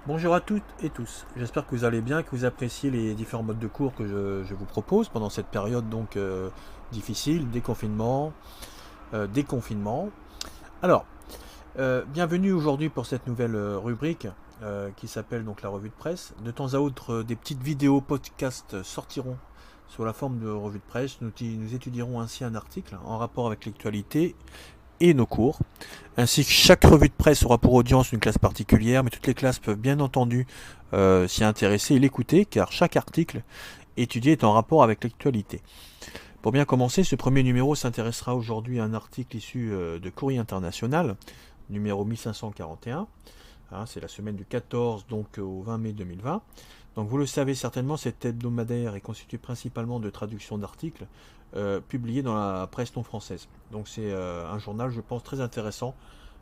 Bonjour à toutes et tous, j'espère que vous allez bien, que vous appréciez les différents modes de cours que je vous propose pendant cette période difficile, déconfinement, déconfinement. Alors, bienvenue aujourd'hui pour cette nouvelle rubrique qui s'appelle donc la revue de presse. De temps à autre, des petites vidéos podcasts sortiront sous la forme de revue de presse. Nous étudierons ainsi un article en rapport avec l'actualité et nos cours. Ainsi que chaque revue de presse aura pour audience une classe particulière, mais toutes les classes peuvent bien entendu s'y intéresser et l'écouter, car chaque article étudié est en rapport avec l'actualité. Pour bien commencer, ce premier numéro s'intéressera aujourd'hui à un article issu de Courrier International, numéro 1541. C'est la semaine du 14 donc au 20 mai 2020. Donc vous le savez certainement, cet hebdomadaire est constitué principalement de traductions d'articles publiés dans la presse non française. Donc c'est un journal, je pense, très intéressant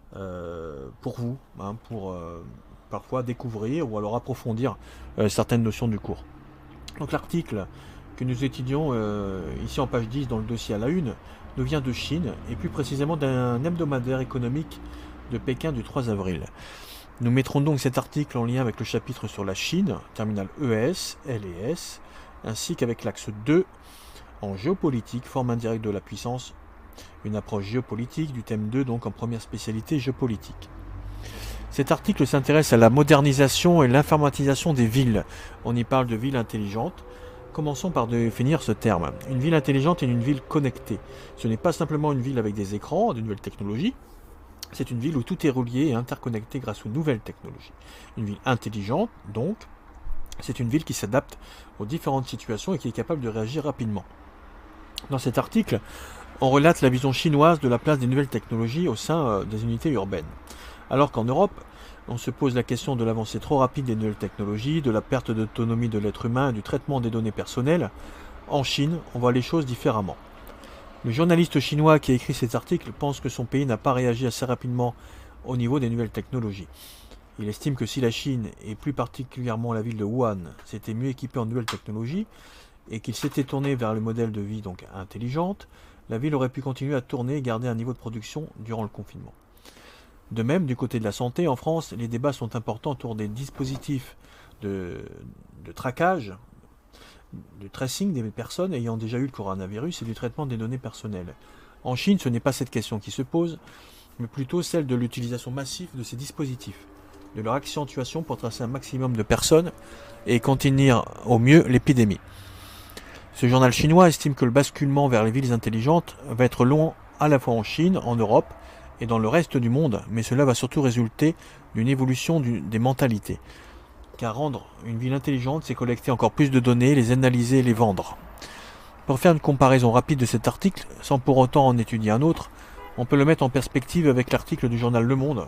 pour vous, pour parfois découvrir ou alors approfondir certaines notions du cours. Donc l'article que nous étudions ici en page 10 dans le dossier à la une nous vient de Chine et plus précisément d'un hebdomadaire économique de Pékin du 3 avril. Nous mettrons donc cet article en lien avec le chapitre sur la Chine, terminal ES, L et S, ainsi qu'avec l'axe 2 en géopolitique, forme indirecte de la puissance, une approche géopolitique du thème 2 donc en première spécialité géopolitique. Cet article s'intéresse à la modernisation et l'informatisation des villes. On y parle de villes intelligentes. Commençons par définir ce terme. Une ville intelligente est une ville connectée. Ce n'est pas simplement une ville avec des écrans, de nouvelles technologies. C'est une ville où tout est relié et interconnecté grâce aux nouvelles technologies. Une ville intelligente, donc, c'est une ville qui s'adapte aux différentes situations et qui est capable de réagir rapidement. Dans cet article, on relate la vision chinoise de la place des nouvelles technologies au sein des unités urbaines. Alors qu'en Europe, on se pose la question de l'avancée trop rapide des nouvelles technologies, de la perte d'autonomie de l'être humain et du traitement des données personnelles. En Chine, on voit les choses différemment. Le journaliste chinois qui a écrit cet article pense que son pays n'a pas réagi assez rapidement au niveau des nouvelles technologies. Il estime que si la Chine, et plus particulièrement la ville de Wuhan, s'était mieux équipée en nouvelles technologies, et qu'il s'était tourné vers le modèle de vie donc intelligente, la ville aurait pu continuer à tourner et garder un niveau de production durant le confinement. De même, du côté de la santé, en France, les débats sont importants autour des dispositifs de traquage, de tracing des personnes ayant déjà eu le coronavirus et du traitement des données personnelles. En Chine, ce n'est pas cette question qui se pose, mais plutôt celle de l'utilisation massive de ces dispositifs, de leur accentuation pour tracer un maximum de personnes et contenir au mieux l'épidémie. Ce journal chinois estime que le basculement vers les villes intelligentes va être long à la fois en Chine, en Europe et dans le reste du monde, mais cela va surtout résulter d'une évolution des mentalités. Car rendre une ville intelligente, c'est collecter encore plus de données, les analyser et les vendre. Pour faire une comparaison rapide de cet article, sans pour autant en étudier un autre, on peut le mettre en perspective avec l'article du journal Le Monde,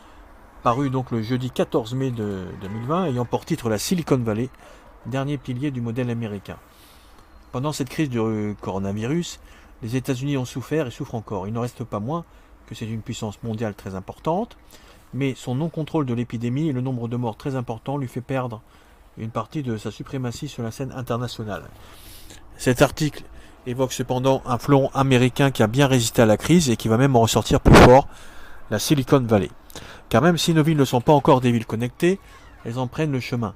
paru donc le jeudi 14 mai 2020, ayant pour titre la Silicon Valley, dernier pilier du modèle américain. Pendant cette crise du coronavirus, les États-Unis ont souffert et souffrent encore. Il n'en reste pas moins que c'est une puissance mondiale très importante, mais son non-contrôle de l'épidémie et le nombre de morts très important lui fait perdre une partie de sa suprématie sur la scène internationale. Cet article évoque cependant un fleuron américain qui a bien résisté à la crise et qui va même en ressortir plus fort, la Silicon Valley. Car même si nos villes ne sont pas encore des villes connectées, elles en prennent le chemin.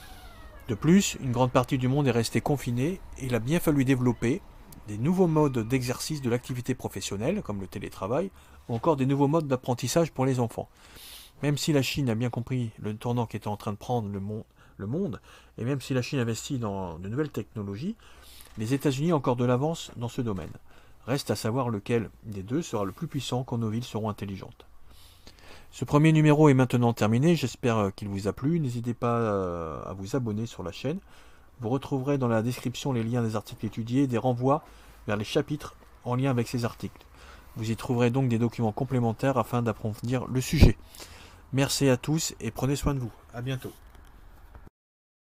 De plus, une grande partie du monde est restée confinée et il a bien fallu développer des nouveaux modes d'exercice de l'activité professionnelle, comme le télétravail, ou encore des nouveaux modes d'apprentissage pour les enfants. Même si la Chine a bien compris le tournant qu'était en train de prendre le monde, et même si la Chine investit dans de nouvelles technologies, les États-Unis ont encore de l'avance dans ce domaine. Reste à savoir lequel des deux sera le plus puissant quand nos villes seront intelligentes. Ce premier numéro est maintenant terminé, j'espère qu'il vous a plu. N'hésitez pas à vous abonner sur la chaîne. Vous retrouverez dans la description les liens des articles étudiés et des renvois vers les chapitres en lien avec ces articles. Vous y trouverez donc des documents complémentaires afin d'approfondir le sujet. Merci à tous et prenez soin de vous. À bientôt.